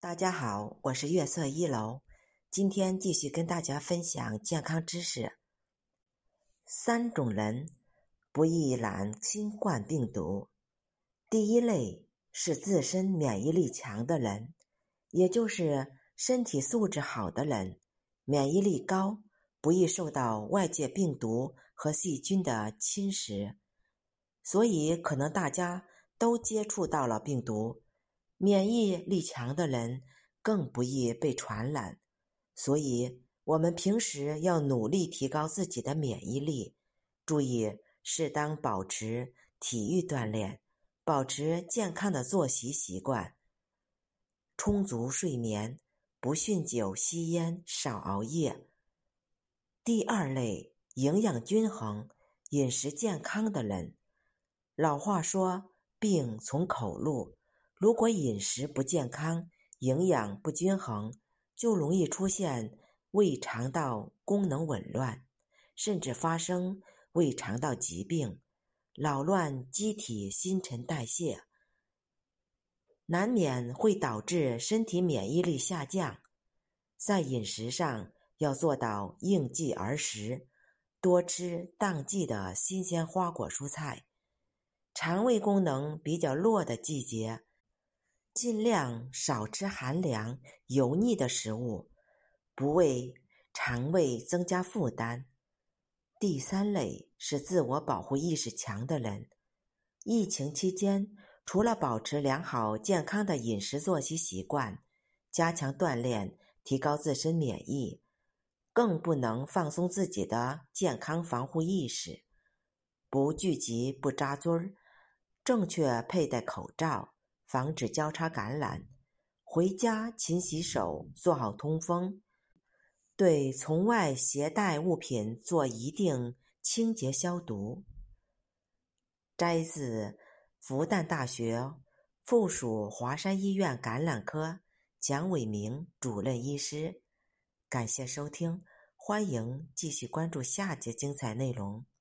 大家好，我是月色一楼，今天继续跟大家分享健康知识。3种人不易染新冠病毒。第一类是自身免疫力强的人，也就是身体素质好的人，免疫力高，不易受到外界病毒和细菌的侵蚀，所以可能大家都接触到了病毒。免疫力强的人更不易被传染，所以我们平时要努力提高自己的免疫力，注意适当保持体育锻炼，保持健康的作息习惯，充足睡眠，不酗酒吸烟，少熬夜。第二类，营养均衡、饮食健康的人。老话说，病从口入，如果饮食不健康，营养不均衡，就容易出现胃肠道功能紊乱，甚至发生胃肠道疾病，扰乱机体新陈代谢，难免会导致身体免疫力下降。在饮食上要做到应季而食，多吃当季的新鲜花果蔬菜。肠胃功能比较弱的季节，尽量少吃寒凉、油腻的食物，不为肠胃增加负担。第三类是自我保护意识强的人。疫情期间，除了保持良好健康的饮食作息习惯，加强锻炼，提高自身免疫，更不能放松自己的健康防护意识，不聚集不扎堆儿，正确佩戴口罩，防止交叉感染，回家勤洗手，做好通风，对从外携带物品做一定清洁消毒。摘自复旦大学附属华山医院感染科蒋伟明主任医师。感谢收听，欢迎继续关注下节精彩内容。